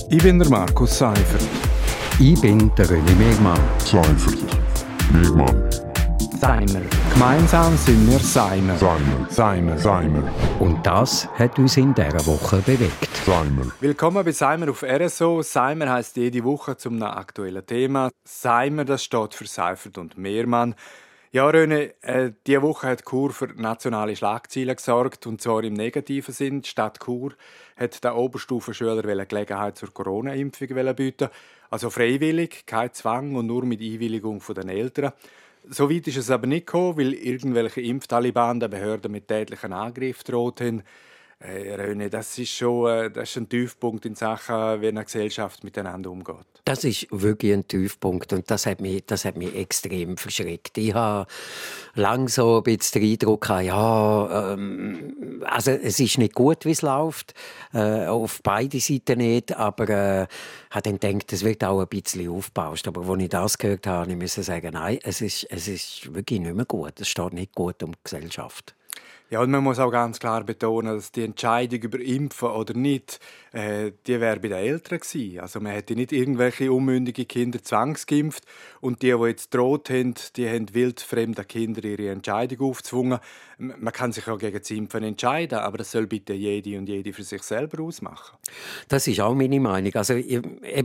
Ich bin der Markus Seifert. Ich bin der René Megmann. Seifert. Megmann. Seimer. Gemeinsam sind wir Seimer. Seimer. Und das hat uns in dieser Woche bewegt. Seimer. Willkommen bei Seimer auf RSO. Seimer heisst jede Woche zum aktuellen Thema. Seimer, das steht für Seifert und Mehrmann. Ja, René, diese Woche hat Chur für nationale Schlagzeilen gesorgt, und zwar im negativen Sinn. Die Stadt Chur hat den Oberstufenschülern Gelegenheit zur Corona-Impfung bieten. Also freiwillig, kein Zwang und nur mit Einwilligung der Eltern. So weit ist es aber nicht gekommen, weil irgendwelche Impftaliban den Behörden mit tätlichen Angriffen droht haben. René, das ist ein Tiefpunkt in Sachen, wie eine Gesellschaft miteinander umgeht. Das ist wirklich ein Tiefpunkt und das hat mich extrem verschreckt. Ich habe lange so ein bisschen den Eindruck gehabt, also es ist nicht gut, wie es läuft, auf beide Seiten nicht, aber habe dann gedacht, es wird auch ein bisschen aufgebauscht. Aber als ich das gehört habe, musste ich sagen, nein, es ist wirklich nicht mehr gut. Es steht nicht gut um die Gesellschaft. Ja, und man muss auch ganz klar betonen, dass die Entscheidung über Impfen oder nicht, die wäre bei den Eltern gewesen. Also man hätte nicht irgendwelche unmündigen Kinder zwangsgeimpft, und die jetzt droht haben, die haben wildfremden Kindern ihre Entscheidung aufgezwungen. Man kann sich auch gegen das Impfen entscheiden, aber das soll bitte jede und jede für sich selber ausmachen. Das ist auch meine Meinung. Also ich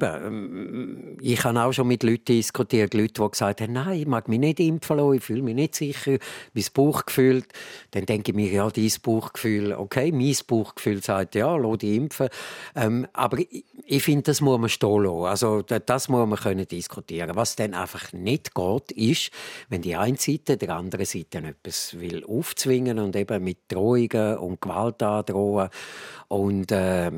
habe auch schon mit Leuten diskutiert, Leute, die gesagt haben, nein, ich mag mich nicht impfen lassen, ich fühle mich nicht sicher, mein Bauchgefühl. Dann denke ich mir, ja, dein Bauchgefühl, okay, mein Bauchgefühl sagt, ja, lass dich impfen. Aber ich finde, das muss man stehen lassen. Also das muss man können diskutieren. Was dann einfach nicht geht, ist, wenn die eine Seite der anderen Seite etwas will aufzwingen und eben mit Drohungen und Gewalt androhen. Und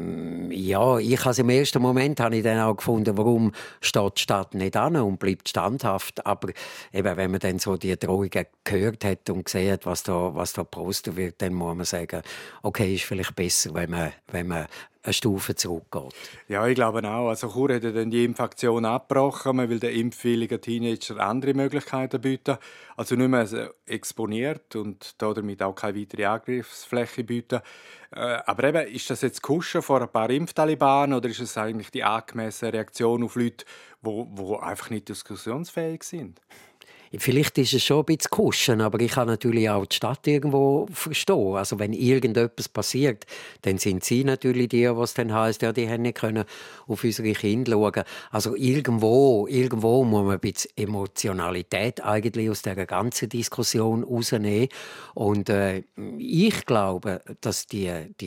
ja, ich habe im ersten Moment ich dann auch gefunden, warum steht die Stadt nicht an und bleibt standhaft. Aber eben, wenn man dann so die Drohungen gehört hat und gesehen hat, was da gepostet wird, dann muss man sagen, okay, ist vielleicht besser, wenn man eine Stufe zurückgeht. Ja, ich glaube auch. Also Chur hat dann die Impfaktion abgebrochen. Man will den impfwilligen Teenager andere Möglichkeiten bieten. Also nicht mehr exponiert und damit auch keine weitere Angriffsfläche bieten. Aber eben, ist das jetzt Kuschen vor ein paar Impftaliban oder ist es eigentlich die angemessene Reaktion auf Leute, die einfach nicht diskussionsfähig sind? Vielleicht ist es schon ein bisschen kuschen, aber ich kann natürlich auch die Stadt irgendwo verstehen. Also wenn irgendetwas passiert, dann sind sie natürlich die es dann heisst, ja, die haben nicht können auf unsere Kinder schauen. Also irgendwo muss man ein bisschen Emotionalität eigentlich aus dieser ganzen Diskussion rausnehmen. Und ich glaube, dass die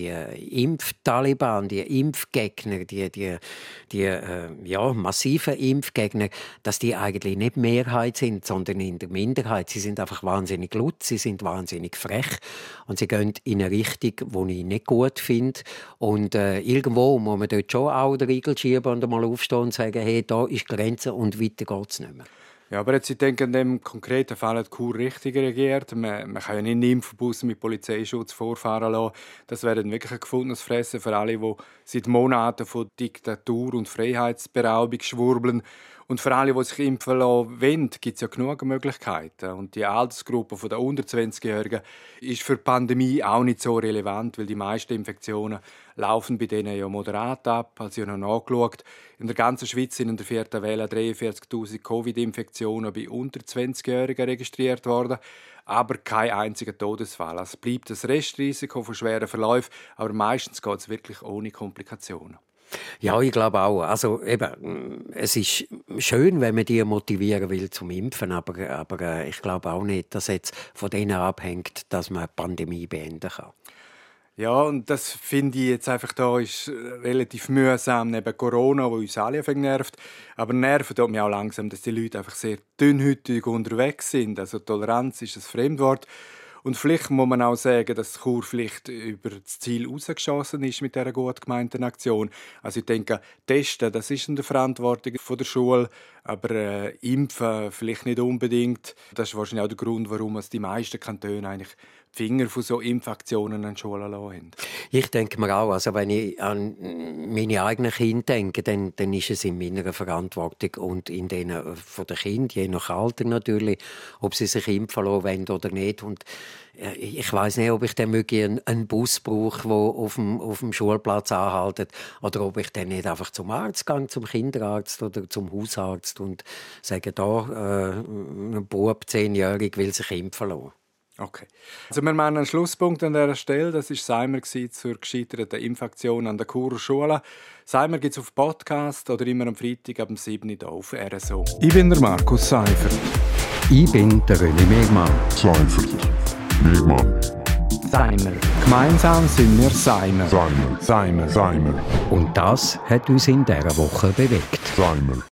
Impftaliban, die Impfgegner, die massiven Impfgegner, dass die eigentlich nicht Mehrheit sind, sondern in der Minderheit. Sie sind einfach wahnsinnig laut, sie sind wahnsinnig frech und sie gehen in eine Richtung, die ich nicht gut finde. Und irgendwo muss man dort schon auch den Riegel schieben und einmal aufstehen und sagen, hey, da ist die Grenze und weiter geht es nicht mehr. Ja, aber jetzt, ich denke, in dem konkreten Fall hat Chur richtig reagiert. Man kann ja nicht einen Impfbus mit Polizeischutz vorfahren lassen. Das wäre dann wirklich ein gefundenes Fressen für alle, die seit Monaten von Diktatur und Freiheitsberaubung schwurbeln. Und für alle, die sich impfen lassen wollen, gibt es ja genug Möglichkeiten. Und die Altersgruppe der unter 20-Jährigen ist für die Pandemie auch nicht so relevant, weil die meisten Infektionen laufen bei denen ja moderat ab. Also ich habe noch nachgeschaut. In der ganzen Schweiz sind in der 4. Welle 43'000 Covid-Infektionen bei unter 20-Jährigen registriert worden, aber kein einziger Todesfall. Also es bleibt das Restrisiko von schweren Verläufen, aber meistens geht es wirklich ohne Komplikationen. Ja, ich glaube auch. Also eben, es ist schön, wenn man die motivieren will zum Impfen, aber ich glaube auch nicht, dass jetzt von denen abhängt, dass man die Pandemie beenden kann. Ja, und das finde ich jetzt einfach da ist relativ mühsam neben Corona, wo uns alle nervt. Aber nerven tut mich auch langsam, dass die Leute einfach sehr dünnhütig unterwegs sind. Also Toleranz ist ein Fremdwort. Und vielleicht muss man auch sagen, dass Chur vielleicht über das Ziel rausgeschossen ist mit dieser gut gemeinten Aktion. Also ich denke, Testen, das ist in der Verantwortung der Schule, aber Impfen vielleicht nicht unbedingt. Das ist wahrscheinlich auch der Grund, warum es die meisten Kantone eigentlich Finger von so Impfaktionen an Schulen lassen haben? Ich denke mir auch, also wenn ich an meine eigenen Kinder denke, dann ist es in meiner Verantwortung und in denen von den Kindern, je nach Alter natürlich, ob sie sich impfen lassen wollen oder nicht. Und ich weiss nicht, ob ich dann einen Bus brauche, der auf dem Schulplatz anhält, oder ob ich dann nicht einfach zum Arzt gehe, zum Kinderarzt oder zum Hausarzt und sage, ein Bub, 10-jährig, will sich impfen lassen. Okay. Also wir machen einen Schlusspunkt an dieser Stelle. Das war Seimer zur gescheiterten Impfaktion an der Churer Schule. Seimer gibt es auf Podcast oder immer am Freitag ab 7 Uhr auf RSO. Ich bin der Markus Seifert. Ich bin der René Megmann. Seifert. Megmann. Seimer. Gemeinsam sind wir Seimer. Seimer. Seimer. Seimer. Und das hat uns in dieser Woche bewegt. Seimer.